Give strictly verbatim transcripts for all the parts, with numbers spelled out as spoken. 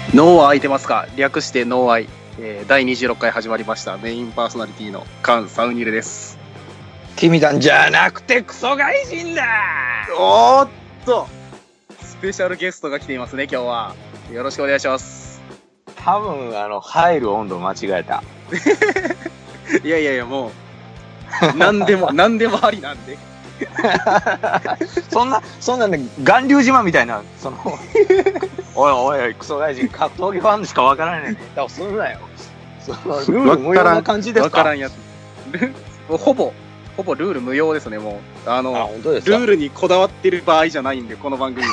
脳は空いてますか？略して脳愛、えー、だいにじゅうろっかい始まりました。メインパーソナリティのカン・サウニルです。 君なんじゃなくてクソ外人だ。 おーっとスペシャルゲストが来ていますね。今日はよろしくお願いします。 多分あの入る温度間違えた。 いやいやいや、もう何でも何でもありなんで。 そんなそんなね、巌流島みたいなそのおいおいおいクソ外人格闘技ファンしかわからないネタをするなよ。そのルール無用な感じですか？ わからんやつ。ほぼほぼルール無用ですね。もうあのあ本当ですルールにこだわってる場合じゃないんで、この番組。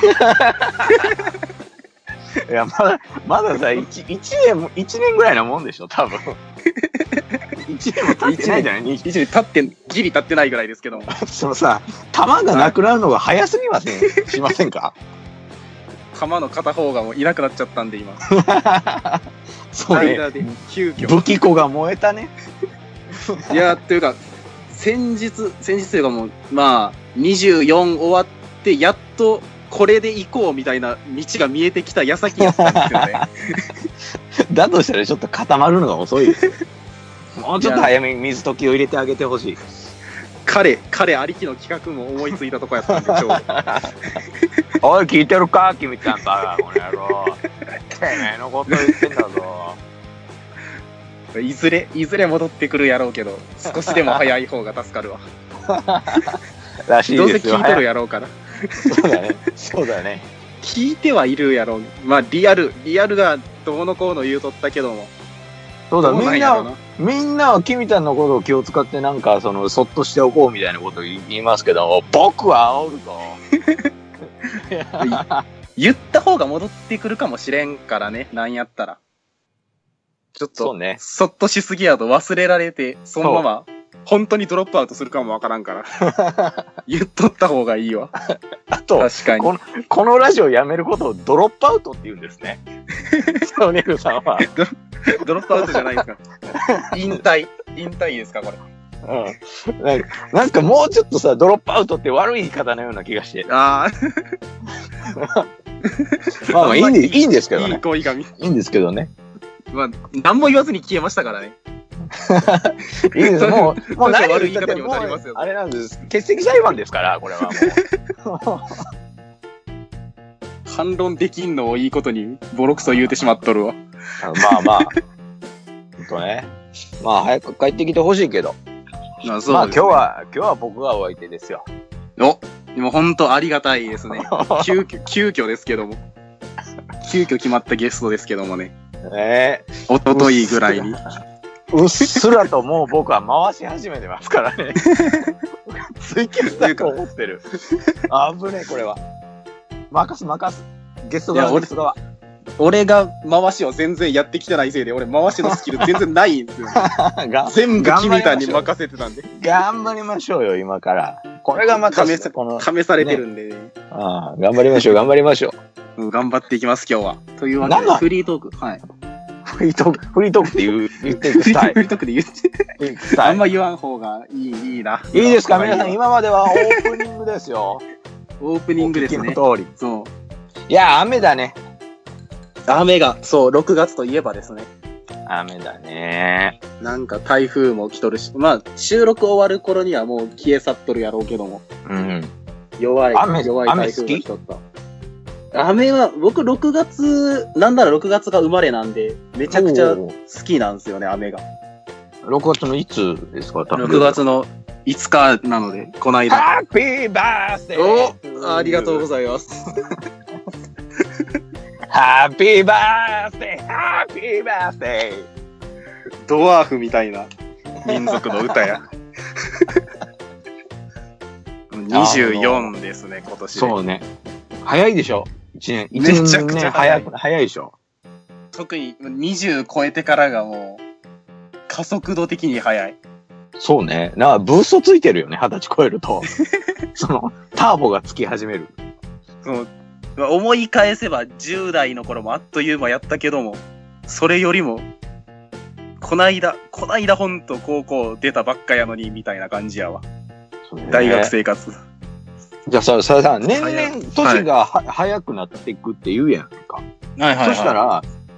いやまだまださ 1, 一年一年ぐらいなもんでしょ多分。一年も経ってないじゃない。 一年経ってギリ経ってないぐらいですけども。 そのさ、弾がなくなるのが早すぎませんしませんか？ 弾の片方がもういなくなっちゃったんで今。 そうね。 間で急遽武器庫が燃えたね。 いやというか先日先日というかもうまあにじゅうよん終わってやっとこれで行こうみたいな道が見えてきた矢先やったんですよね。 だとしたらちょっと固まるのが遅いですよ。もうちょっと早めに水溶きを入れてあげてほしい。 彼彼ありきの企画も思いついたとこやったんでちょうど。 おい聞いてるか君ちゃんバカこの野郎。てめえのこと言ってんだぞ。 いずれいずれ戻ってくるやろうけど、少しでも早い方が助かるわ。 らしいですよ。 どうせ聞いとるやろうから。 そうだね。そうだね。 聞いてはいるやろう。まあリアルリアルがどうのこうの言うとったけども。 そうだ、 どうなみんなんやろなみんなは君ちゃんのことを気を使ってなんかそのそっとしておこうみたいなことを言いますけど、僕は煽るぞ。 言った方が戻ってくるかもしれんからね。なんやったら。ちょっとそうね。 そっとしすぎやと忘れられて、そのまま本当にドロップアウトするかもわからんから。言っとった方がいいわ。 あと確かにこのこのラジオやめることをドロップアウトって言うんですね。サウネルさんは。 ドロップアウトじゃないですか。引退引退ですかこれ。 うん。なんか、なんかもうちょっとさドロップアウトって悪い言い方のような気がして。 ああ。 まあまあいいんでいいんですけどね。 いい恋髪。 いいんですけどね。 まあ何も言わずに消えましたからね。 いいです。もうもう何悪い言い方にもなりますよ。 あれなんです。欠席裁判ですからこれはもう。 反論できんのをいいことにボロクソ言うてしまっとるわ。 まあまあ。ほんとね。まあ早く帰ってきてほしいけど。 まあそうですね。 まあ今日は今日は僕がお相手ですよ。 お、でも本当ありがたいですね。急遽急遽ですけども。急遽決まったゲストですけどもね。 ええ。 一昨日ぐらいに。 うっすらともう僕は回し始めてますからね。追求だと思ってる。あぶねえこれは。任す任す。ゲスト側ゲスト側。 俺が回しを全然やってきてないせいで、俺回しのスキル全然ないんですよ。全部君たに任せてたんで。 頑張りましょうよ今から。これがまた試さ試されてるんで、ね。 ああ頑張りましょう頑張りましょう。うん、頑張っていきます今日は。というわけでフリートーク。はい。 フリートーク、フリートークって言う、言ってください。 フリートークで言って。あんま言わん方がいい、いいな。 いいですか皆さん、今まではオープニングですよ。 オープニングですね。 お聞きの通り。 そう。 いや、雨だね。 雨が、そう、ろくがつといえばですね。 雨だね。 なんか台風も来とるし、まあ、収録終わる頃にはもう消え去っとるやろうけども。 うん。 弱い、 雨弱い台風が来とった。雨は、僕ろくがつ、なんならろくがつが生まれなんで、めちゃくちゃ好きなんですよね、雨が。 ろくがつのいつですか？ ろくがつのいつかなので、この間。 ハッピーバースデーおありがとうございます。 ハッピーバースデーハッピーバースデードワーフみたいな民族の歌や。にじゅうよんですね、今年で。 そうね。早いでしょ一年。 めちゃくちゃ早い。 早いでしょ特ににじゅう超えてからがもう、加速度的に早い。 そうね。なんかブーストついてるよね、はたち超えると。その、ターボがつき始める。 そう。思い返せばじゅう代の頃もあっという間やったけども、それよりも、こないだ、こないだほんと高校出たばっかやのに、みたいな感じやわ。ね、大学生活。 じゃあさ、さ、さ、年々年がは、はい、早くなっていくって言うやんか。 はいはいはい。 そしたら、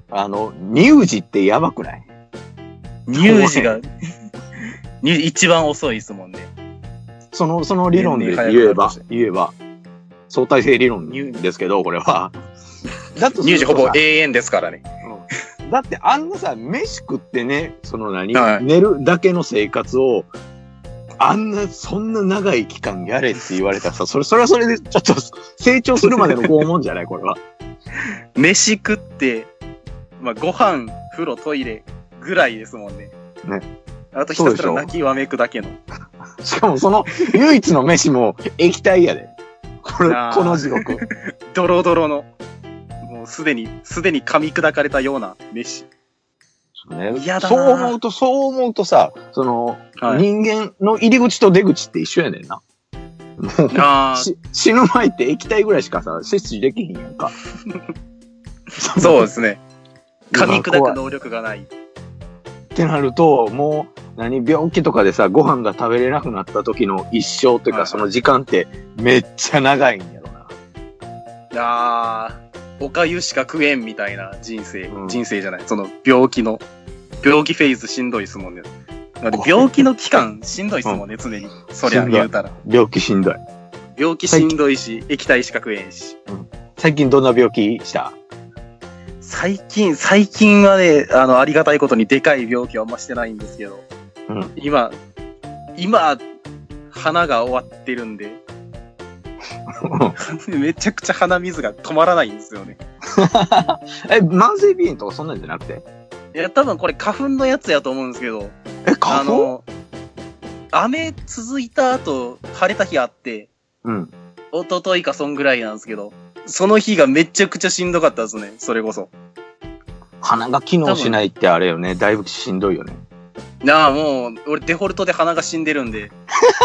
あの、乳児ってやばくない？ 乳児が、乳一番遅いですもんね。 その、その理論で言えば、言えば、相対性理論ですけど、これは。 だと乳児ほぼ永遠ですからね。 うん、だってあんなさ、飯食ってね、その何、 はい、 寝るだけの生活を、あんな、そんな長い期間やれって言われたらさ、それ、それはそれでちょっと成長するまでの拷問じゃないこれは。 飯食って、まあ、ご飯、風呂、トイレぐらいですもんね。 ね。 あとひたすら泣きわめくだけの。 しかもその唯一の飯も液体やで。これ、この地獄。 ドロドロの。もうすでに、すでに噛み砕かれたような飯。 ね、嫌だな。そう思うと、そう思うとさ、その、はい、人間の入り口と出口って一緒やねんな。もうあ死ぬ前って液体ぐらいしかさ、摂取できひんやんか。 そうですね。噛み砕く能力がない。 ってなると、もう、何、病気とかでさ、ご飯が食べれなくなった時の一生というか、はい、その時間ってめっちゃ長いんやろな。 あー、おかゆしか食えんみたいな人生、うん、人生じゃない。その病気の、病気フェーズしんどいですもんね。だって病気の期間しんどいですもんね、常に。そりゃ言うたら。 病気しんどい。 病気しんどいし、液体しか食えんし。 うん、最近どんな病気した？ 最近、最近はね、あの、ありがたいことにでかい病気はあんましてないんですけど、うん、今、今、鼻が終わってるんで、めちゃくちゃ鼻水が止まらないんですよね。 え、慢性鼻炎とかそんなんじゃなくて？ いや、多分これ花粉のやつやと思うんですけど、 え、花粉？あの、 雨続いた後、晴れた日あって、 うん。 一昨日かそんぐらいなんですけど、その日がめちゃくちゃしんどかったですね、それこそ。 鼻が機能しないってあれよね、だいぶしんどいよね。 なあ、もう、俺デフォルトで鼻が死んでるんで。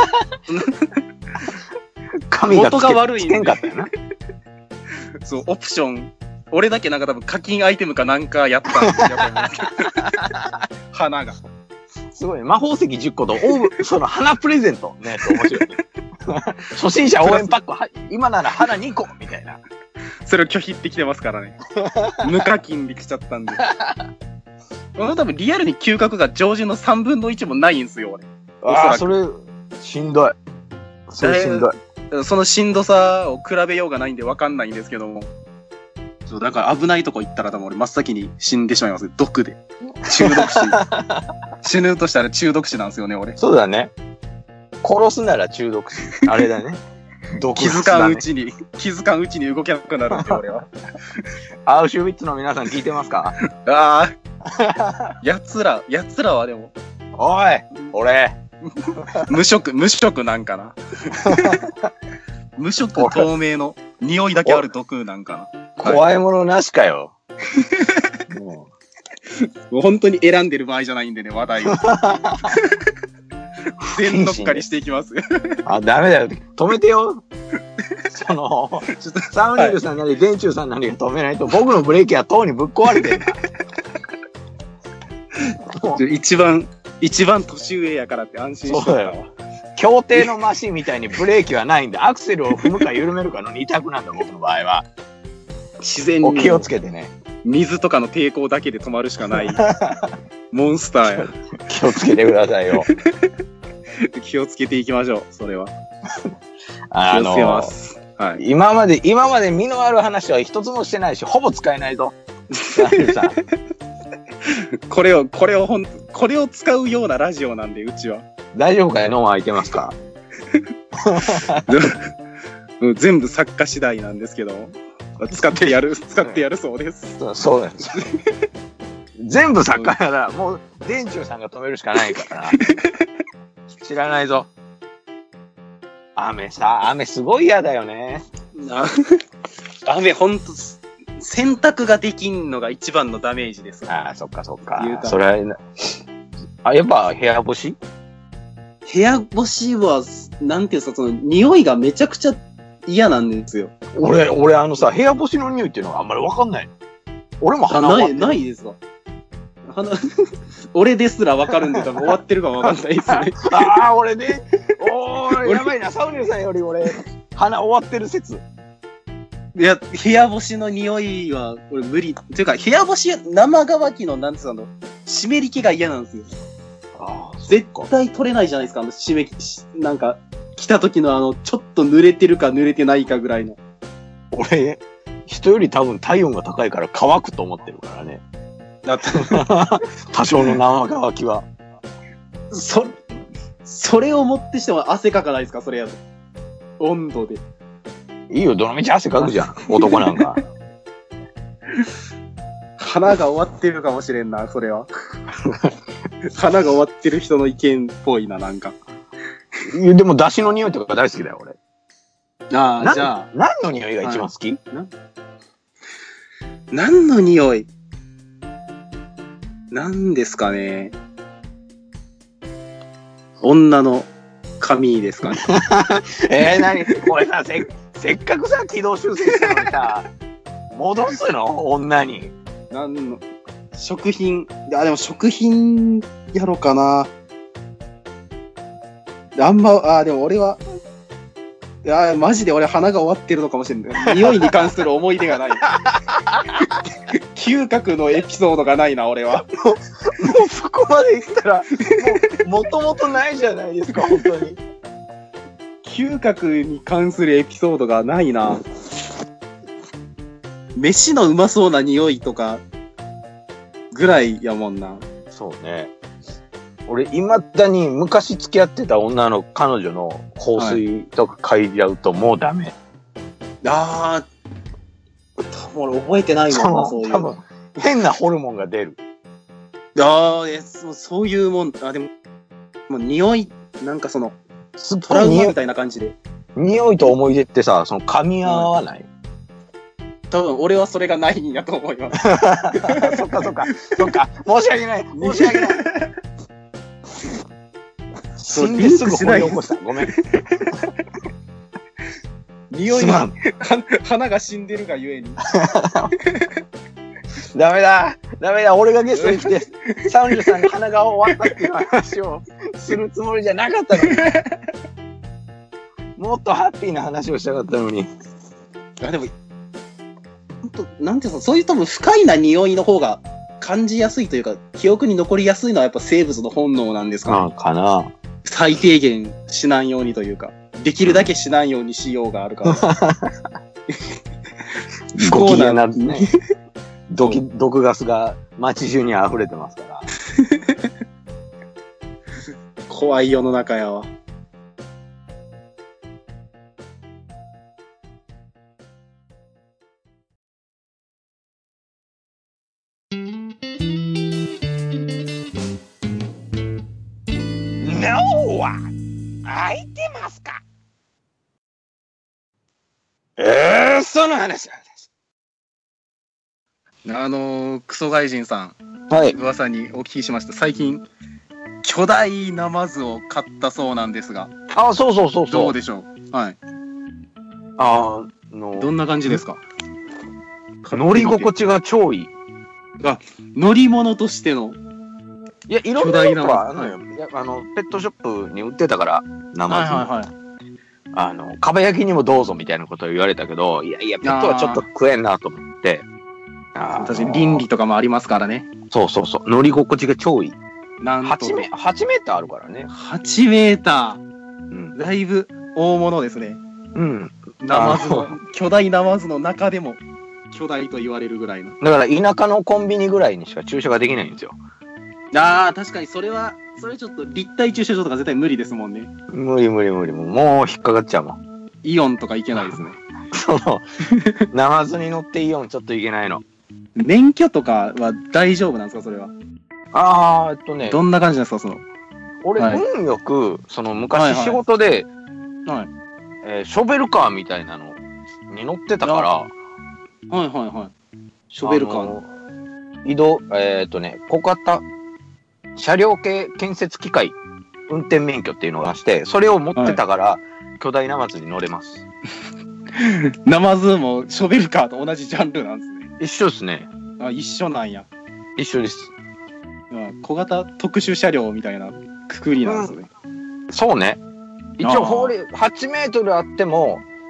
神が元が悪いんで。 つけんかったよな。 そう、オプション。俺だけなんか多分課金アイテムかなんかやったんやと思うんですけど。鼻が。 すごい、魔法石じゅっことオブ、その花プレゼントのやつ面白い。初心者応援パック、は今なら花にこみたいな。 それを拒否ってきてますからね。無課金できちゃったんで。多分リアルに嗅覚が常人のさんぶんのいちもないんですよ、俺。 ああ、それ、しんどい。それしんどい。そのしんどさを比べようがないんで分かんないんですけども。そう、だから危ないとこ行ったら多分俺真っ先に死んでしまいます。毒で。中毒死。死ぬとしたら中毒死なんですよね、俺。 そうだね。殺すなら中毒死。あれだね。 毒気づかんうちに、気づかんうちに動けなくなるんで、俺は。 アウシュビッツの皆さん聞いてますか？ ああ。奴ら、奴らはでも。 おい俺無色、無色なんかな。無色透明の匂いだけある毒なんかな。怖いものなしかよ。 もう本当に選んでる場合じゃないんでね、話題を。全乗っかりしていきます。 あ、ダメだよ。止めてよ。その、サウニルさんなり、電柱さんなりが止めないと、僕のブレーキはとうにぶっ壊れてるんだ。 一番、一番年上やからって安心して。 そうだよ。競艇のマシンみたいにブレーキはないんで、アクセルを踏むか緩めるかの二択なんだ、僕の場合は。 自然に。 お気をつけてね。 水とかの抵抗だけで止まるしかない。モンスターや。 気をつけてくださいよ。 気をつけていきましょう、それは。 あのー、 気をつけます。はい。 今まで、今まで身のある話は一つもしてないし、ほぼ使えないぞ。 これを、これをほん、これを使うようなラジオなんで、うちは。 大丈夫かよ、脳空いてますか？ 全部作家次第なんですけど、使ってやる、使ってやるそうです。 そう、そうなんです。全部作家なら、もう、電柱さんが止めるしかないからな。知らないぞ。雨さ、雨すごい嫌だよね。 雨ほんと、洗濯ができんのが一番のダメージです。 ああ、そっかそっか。それは、あ、やっぱ部屋干し？ 部屋干しは、なんていうか、その、匂いがめちゃくちゃ嫌なんですよ。 俺、俺あのさ、部屋干しの匂いっていうのがあんまりわかんない。俺も鼻ない、ないですわ。鼻、俺ですらわかるんで多分終わってるかもわかんないですね。 ああ、俺ね。おー、やばいな。サウニルさんより俺、鼻終わってる説。 いや、部屋干しの匂いは、俺無理。ていうか、部屋干し、生乾きの、なんつうの、湿り気が嫌なんですよ。 ああ、 絶対取れないじゃないですか、あの、湿り気、なんか、来た時のあの、ちょっと濡れてるか濡れてないかぐらいの。 俺、人より多分体温が高いから乾くと思ってるからね。 だって多少の生乾きは。 そ、それをもってしても汗かかないですか、それやと。温度で。 いいよ、どのみち汗かくじゃん、男なんか。 花が終わってるかもしれんな、それは。花が終わってる人の意見っぽいな、なんか。 いやでも、出汁の匂いとか大好きだよ、俺。 ああ、じゃあ。 何の匂いが一番好き、はい、 何の匂い何ですかね。女の髪ですかね。 えー、何これさ、せ、せっかくさ、軌道修正したのにさ、戻すの女に。 何の、食品、あ、でも食品やろかな。あんま、あ、でも俺は、いや、マジで俺鼻が終わってるのかもしれない。匂いに関する思い出がない。嗅覚のエピソードがないな、俺は。 もう、もうそこまで言ったら、もう、もともとないじゃないですか、本当に。 嗅覚に関するエピソードがないな。飯のうまそうな匂いとか、ぐらいやもんな。 そうね。俺、いまだに昔付き合ってた女の彼女の香水とか嗅いじゃうともうダメ。 ああ、俺覚えてないもんな、そういう。 多分、変なホルモンが出る。 ああ、え、そ、そういうもん、あ、でも、もう匂い、なんかその、 すっトラウマみたいな感じで。 匂いと思い出ってさ、その噛み合わない、うん、 多分、俺はそれがないんやと思います。 そっかそっか、そっか、申し訳ない、申し訳ない。死んですぐ掘り起こした。ごめん。 匂いが、花が死んでるがゆえに。 ダメだ、ダメだ、俺がゲストに来て、サウンジさんが花が終わったっていう話をするつもりじゃなかったのに。もっとハッピーな話をしたかったのに。 あ、でも、ほんと、なんていうの、そういう多分不快な匂いの方が感じやすいというか、記憶に残りやすいのはやっぱ生物の本能なんですかね。 ああ、かな。 最低限しないようにというか、できるだけしないようにしようがあるから。 不幸な、なね、毒、毒ガスが街中に溢れてますから。 怖い世の中やわ。 脳は空いてますか？えー、その話なんです。 あのー、クソ外人さん、 はい、 噂にお聞きしました。最近巨大ナマズを買ったそうなんですが。 あ、そうそうそうそう。 どうでしょう。はい。 あのどんな感じですか？ 乗り心地が超いい。 あ、乗り物としての。 いや、いろんなのがあるのよ。いや、あの、ペットショップに売ってたから、ナマズ。はいはいはい。あの、かば焼きにもどうぞみたいなことを言われたけど、いやいや、ペットはちょっと食えんなと思って。 私、倫理とかもありますからね。 そうそうそう。乗り心地が超いい。 なんとはちメーターあるからね。 はちメーター。うん。だいぶ大物ですね。 うん。 ナマズの、巨大ナマズの中でも巨大と言われるぐらいの。 だから田舎のコンビニぐらいにしか駐車ができないんですよ。 ああ、確かにそれは、それちょっと立体駐車場とか絶対無理ですもんね。 無理無理無理。もう引っかかっちゃうもん。 イオンとか行けないですね。 その、ナマズに乗ってイオンちょっと行けないの。 免許とかは大丈夫なんですか、それは。 ああ、えっとね。 どんな感じなんですか、その。 俺、はい、運よく、その昔仕事で、 はいはい、 えー、ショベルカーみたいなのに乗ってたから、 はいはいはい。ショベルカーの移動、えー、っとね、小型車両系建設機械運転免許っていうのがして、それを持ってたから、はい、巨大ナマズに乗れます。 ナマズもショベルカーと同じジャンルなんですね。 一緒ですね。 あ、一緒なんや。 一緒です。 小型特殊車両みたいなくくりなんですね。 うん、そうね。一応法律はちメートルあっても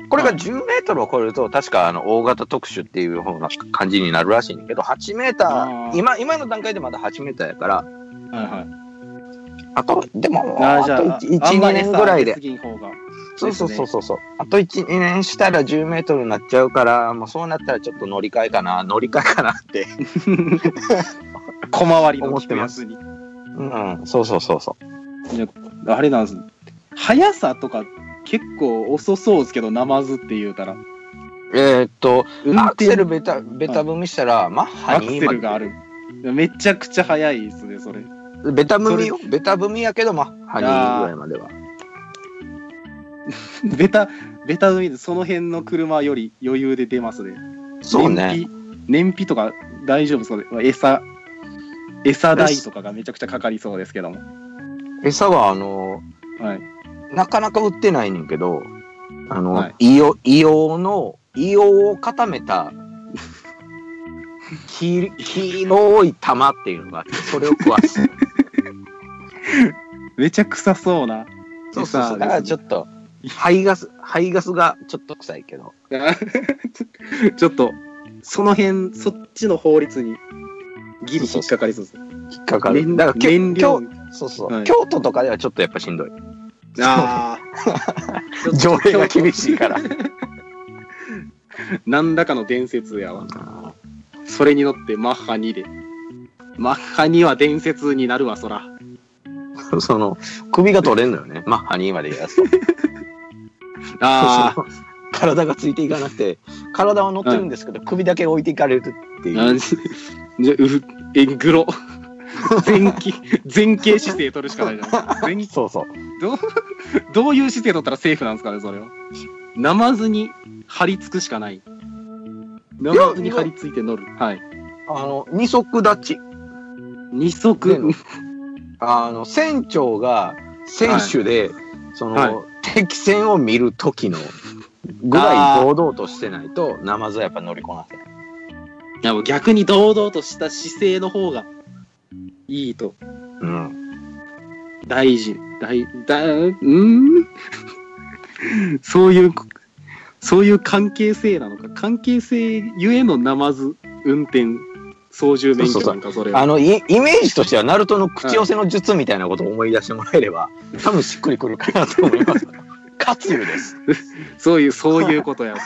これがじゅうメートルを超えると、確かあの、大型特殊っていう方な感じになるらしいんだけど、はちメーター、今、今の段階でまだはちメーターやから、 はいはい。 あと、でも、 ああといち、にねんぐらいで。そうそうそうそうそう。あといち、にねんしたらじゅうメートルになっちゃうから、もうそうなったらちょっと乗り換えかな、乗り換えかなって。 小回りの利くやつに。 うん、そうそうそうそう。 いや、あれなんです。速さとか結構遅そうですけど、ナマズって言うたら。 えー、っと、アクセルベタ、ベタ踏みしたら、マッハに。 アクセルがある。めちゃくちゃ速いですね、それ。 ベタ踏みよ。ベタ踏みやけど、マッハにぐらいまでは。 ベタ、ベタ踏みで、その辺の車より余裕で出ますね。 そうね。 燃費、燃費とか大丈夫そうで、餌、餌代とかがめちゃくちゃかかりそうですけども。 餌は、あの、 はい。 なかなか売ってないねんけど、あの、 はい、 硫黄、硫黄の、硫黄を固めた、黄、黄色い玉っていうのがあって、それを食わす。 めちゃ臭そうな。 そうそうそう。だからちょっと、排ガス、排ガスがちょっと臭いけど。 ちょっと、その辺、そっちの法律に、ギリ引っかかりそうです。 引っかかる。だから燃料、そうそう、はい。京都とかではちょっとやっぱしんどい。 ああ。 条例が厳しいから。 何らかの伝説やわ。それに乗ってマッハにで。マッハには伝説になるわ、そら。 その、首が取れんのよね。マッハにまでやつと。 ああ。 体がついていかなくて、体は乗ってるんですけど、首だけ置いていかれるっていう。 じゃ、う、えんぐろ。前傾、前傾姿勢取るしかないじゃん。前そうそう。 どう、どういう姿勢取ったらセーフなんですかね、それは。ナマズに張り付くしかない。ナマズに張り付いて乗る。はい。 あの、二足立ち。 二足。 あの、船長が選手で、はい、その、はい、敵船を見るときのぐらい堂々としてないと、ナマズはやっぱ乗りこなせない。 いや、もう逆に堂々とした姿勢の方がいいと。 うん。 大事。大、だ、うんそういう、そういう関係性なのか。関係性ゆえのナマズ運転操縦免許なんか、それは。 あのイ、イメージとしては、ナルトの口寄せの術みたいなことを思い出してもらえれば、多分しっくりくるかなと思います。活湯です。 そういう、そういうことや。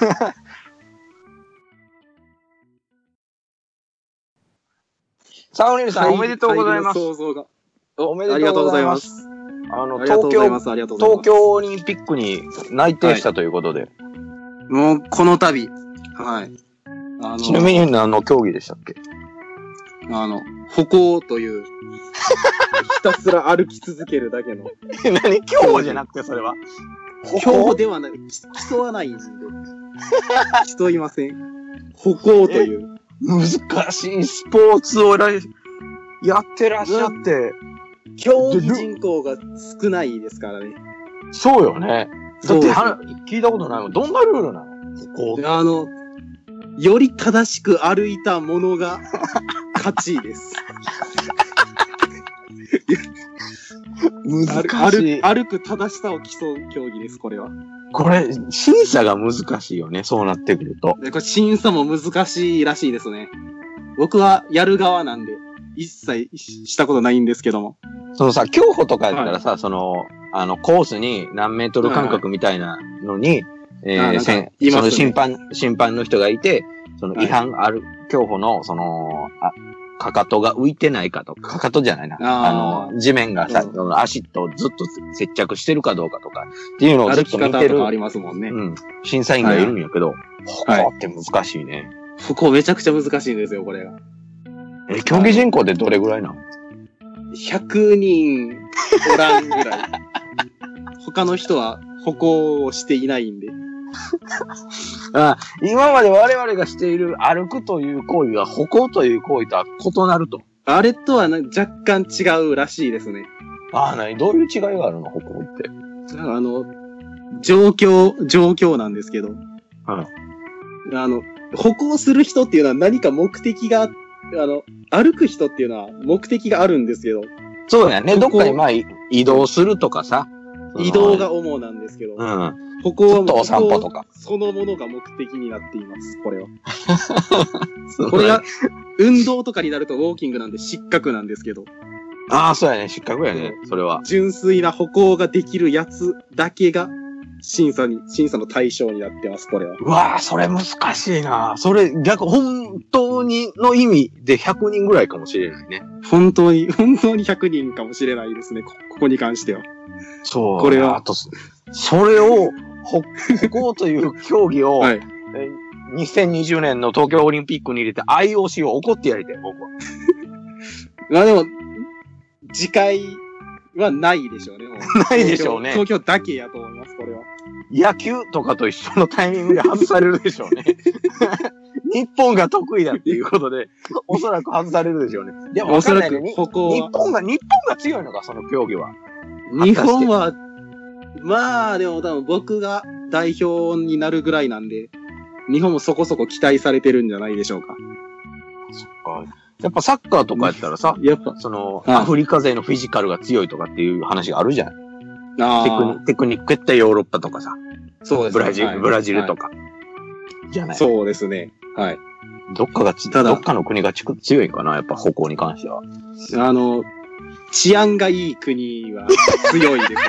さあ、お兄さん、はい、おめでとうございます。 想像がおめでとうございます。あの、東京、東京オリンピックに内定したということで。はい、 もう、この度。はい。 あのちなみに何の競技でしたっけ？ あの、歩行という、ひたすら歩き続けるだけの。 何？競歩じゃなくて、それは。 競歩ではない。競わないんで。競いません。歩行という。 難しいスポーツをやってらっしゃって。 競技人口が少ないですからね。 そうよね。だって聞いたことないもん。どんなルールなの？こうあの、より正しく歩いたものが勝ちです。 難しい。 歩く正しさを競う競技です、これは。 これ、審査が難しいよね、そうなってくると。 これ審査も難しいらしいですね。僕はやる側なんで、一切したことないんですけども。 そのさ、競歩とかやったらさ、はい、その、あの、コースに何メートル間隔みたいなのに、はいはい、えー、せん、その審判、審判の人がいて、その違反ある、はい、競歩の、その、あ、かかとが浮いてないかとか、かかとじゃないな。あ, あの、地面がさ、うん、足とずっと接着してるかどうかとか、っていうのをずっと見てる。 ありますもんね。 うん。審査員がいるんやけど、はい、歩行って難しいね。 歩行めちゃくちゃ難しいんですよ、これが。 え、競技人口ってどれぐらいなの？ ひゃくにんおらんぐらい。他の人は歩行をしていないんで。 あ、今まで我々がしている歩くという行為は歩行という行為とは異なると。 あれとは若干違うらしいですね。 ああ、なにどういう違いがあるの歩行って。 あの、状況、状況なんですけど。 はい。 あの、歩行する人っていうのは何か目的が、あの、歩く人っていうのは目的があるんですけど。 そうやね。どっかにまあ移動するとかさ。そ移動が主なんですけど、 うん。 歩行はもうお散歩とか。 そのものが目的になっています、これは。これが、運動とかになるとウォーキングなんで失格なんですけど。 ああ、そうやね。失格やね。それは。 純粋な歩行ができるやつだけが、審査に、審査の対象になってます、これは。 うわあ、それ難しいな。それ、逆、本当にの意味でひゃくにんぐらいかもしれないね。 本当に、本当にひゃくにんかもしれないですね、こ, ここに関しては。 そう。 これは。 あと、それを、歩行という競技を、はい、にせんにじゅうねんの東京オリンピックに入れて アイオーシー を怒ってやりたい、僕は。 まあでも、次回はないでしょうね。もうないでしょうね。 東京だけやと思います、これは。 野球とかと一緒のタイミングで外されるでしょうね。日本が得意だっていうことで、おそらく外されるでしょうね。でも、おそらくここ日本が、日本が強いのか、その競技は。 日本は、まあ、でも多分僕が代表になるぐらいなんで、日本もそこそこ期待されてるんじゃないでしょうか。 そっか。やっぱサッカーとかやったらさ、やっぱその、アフリカ勢のフィジカルが強いとかっていう話があるじゃん。あテクニテクニックやったらヨーロッパとかさ。そうですね。ブラジル、はい、ブラジルとか、はい。じゃない。 そうですね。はい。 どっかがち、どっかの国が強いんかな、やっぱ歩行に関しては。 あの、治安がいい国は強いですね。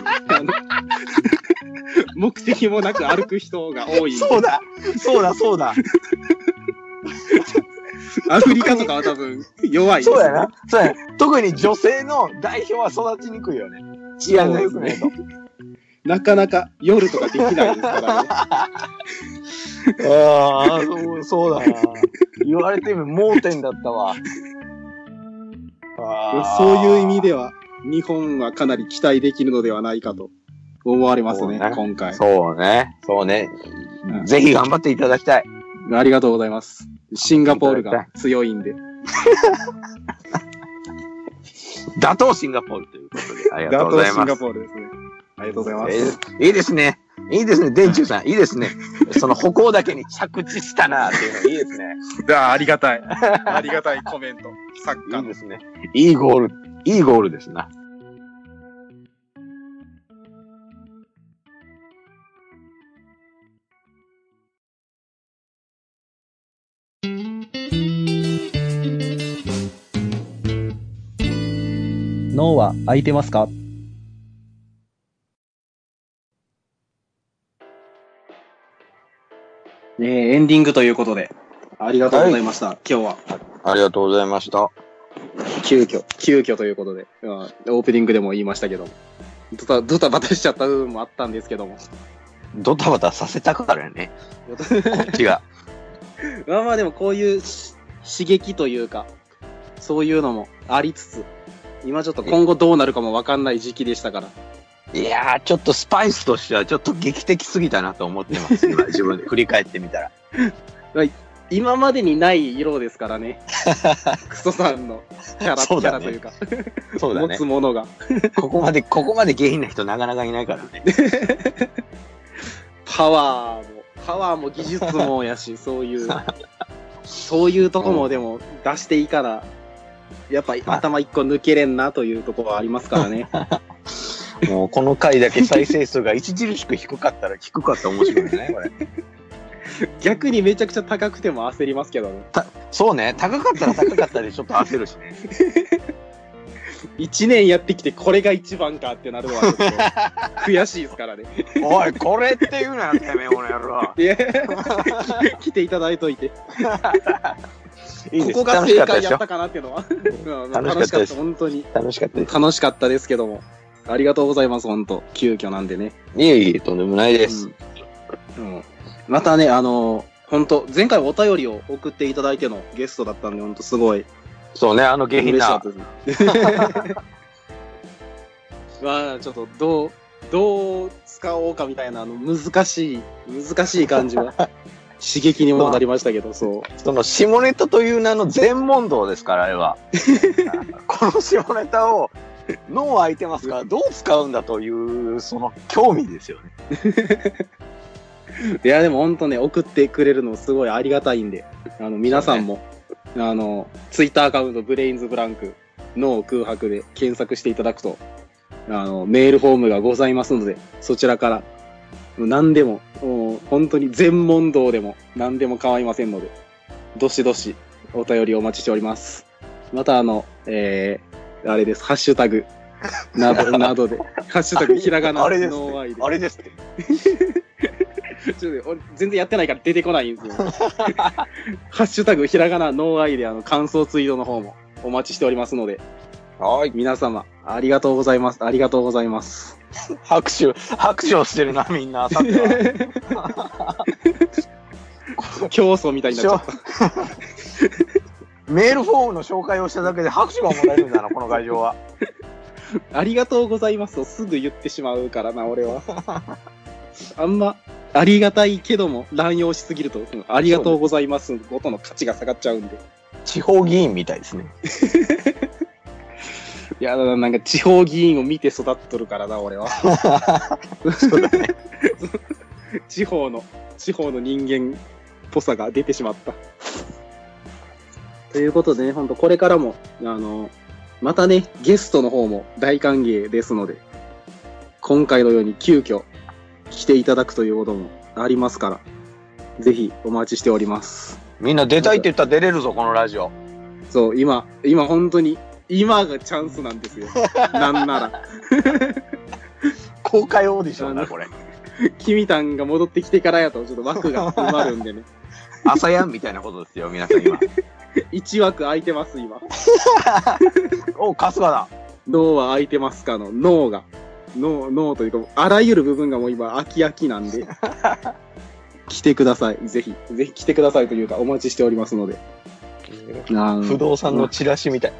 目的もなく歩く人が多い。 そうだそうだそうだアフリカとかは多分弱いです、ね。 そうやな。そうやな。特に女性の代表は育ちにくいよね。治安が良くないと。 なかなか夜とかできないですからね。ああ、そう、そうだな。言われてみる盲点だったわ。 あそういう意味では、日本はかなり期待できるのではないかと思われますね、ね今回。 そうね。そうね、うん。ぜひ頑張っていただきたい。 ありがとうございます。シンガポールが強いんで。 打倒シンガポールということで、ありがとうございます。 打倒シンガポールですね。ありがとうございます。 えー、いいですね。いいですね。電柱さん、いいですね。その歩行だけに着地したなっていうのいいですね。 あありがたい。ありがたいコメント。サッカー。 いいですね。いいゴール、いいゴールですな。 脳は空いてますか？えー、エンディングということで、ありがとうございました、はい、今日は。 ありがとうございました。 急遽、急遽ということで、オープニングでも言いましたけども、ドタドタバタしちゃった部分もあったんですけども。 ドタバタさせたからよね。こっちが。 まあまあでもこういう刺激というか、そういうのもありつつ、今ちょっと今後どうなるかもわかんない時期でしたから。 いやー、ちょっとスパイスとしてはちょっと劇的すぎたなと思ってます。今自分で振り返ってみたら。 今までにない色ですからね。クソさんのキャラ、キャラというか。 そうだね。 持つものが。 ここまで、ここまで下品な人なかなかいないからね。 パワーも、パワーも技術もやし、そういう、そういうとこもでも出していいから、やっぱ頭一個抜けれんなというところはありますからね。 もうこの回だけ再生数が著しく低かったら低かったら面白いね、これ。 逆にめちゃくちゃ高くても焦りますけどね。 そうね、高かったら高かったでちょっと焦るしね。 一年やってきてこれが一番かってなるのはちょっと悔しいですからね。 おい、これって言うなよ、てめえ、この野郎。いや、 来ていただいといて。いいここが正解やったかなっていうのは楽しかった、本当に楽しかったです。 楽しかったですけども、ありがとうございます、本当急遽なんでね。 いえいえ、とんでもないです。 うんうん、またね、あの本当前回お便りを送っていただいてのゲストだったんで、本当すごい。 そうね、あの下品な。 まあちょっとどうどう使おうかみたいなあの難しい難しい感じは。刺激にもなりましたけど、そう。 その下ネタという名の全問答ですから、あれは。この下ネタを脳空いてますからどう使うんだというその興味ですよね。 いやでも本当ね、送ってくれるのすごいありがたいんで、あの皆さんも、ね、あのツイッターアカウントブレインズブランク脳空白で検索していただくとあの、メールフォームがございますので、そちらから、何でも、もう本当に全問答でも何でも構いませんので、どしどしお便りお待ちしております。またあの、えー、あれです、ハッシュタグ、など、などで、ハッシュタグ、ひらがな、 あれですノーアイで。 あれですって。 ちょっと俺全然やってないから出てこないんですよ。ハッシュタグ、ひらがな、ノーアイであの、感想ツイートの方もお待ちしておりますので、 はい。 皆様、ありがとうございます。ありがとうございます。 拍手、拍手をしてるな、みんな。さては競争みたいになっちゃった。 メールフォームの紹介をしただけで拍手がもらえるんだな、この会場は。 ありがとうございますとすぐ言ってしまうからな、俺は。あんま、ありがたいけども、乱用しすぎると、ありがとうございますごとの価値が下がっちゃうんで。 地方議員みたいですね。 いや、なんか地方議員を見て育っとるからな、俺は。 そうだね。 地方の、地方の人間っぽさが出てしまった。ということでね、ほんとこれからも、あの、またね、ゲストの方も大歓迎ですので、今回のように急遽来ていただくということもありますから、ぜひお待ちしております。 みんな出たいって言ったら出れるぞ、このラジオ。 そう、今、今本当に、今がチャンスなんですよ。なんなら。 公開オーディションだ、これ。 キミタンが戻ってきてからやと、ちょっと枠が埋まるんでね。 朝やんみたいなことですよ、皆さん今。 一枠空いてます、今。 お、春日だ。 脳は空いてますかの、脳が。脳、脳というか、あらゆる部分がもう今、空き空きなんで。来てください。ぜひ、ぜひ来てくださいというか、お待ちしておりますので。 不動産のチラシみたい。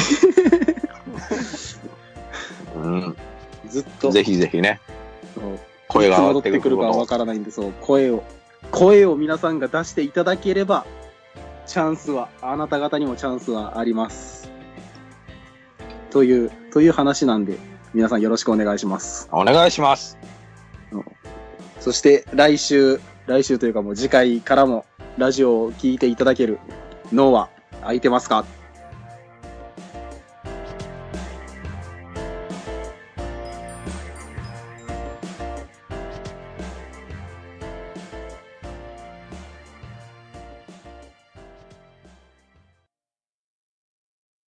うん、 ずっと。 ぜひぜひね。 声が戻ってくるかわからないんで、そう、声を、声を皆さんが出していただければ、チャンスは、あなた方にもチャンスはあります。という、という話なんで、皆さんよろしくお願いします。 お願いします。 そして、来週、来週というかもう次回からも、ラジオを聞いていただける脳は空いてますか？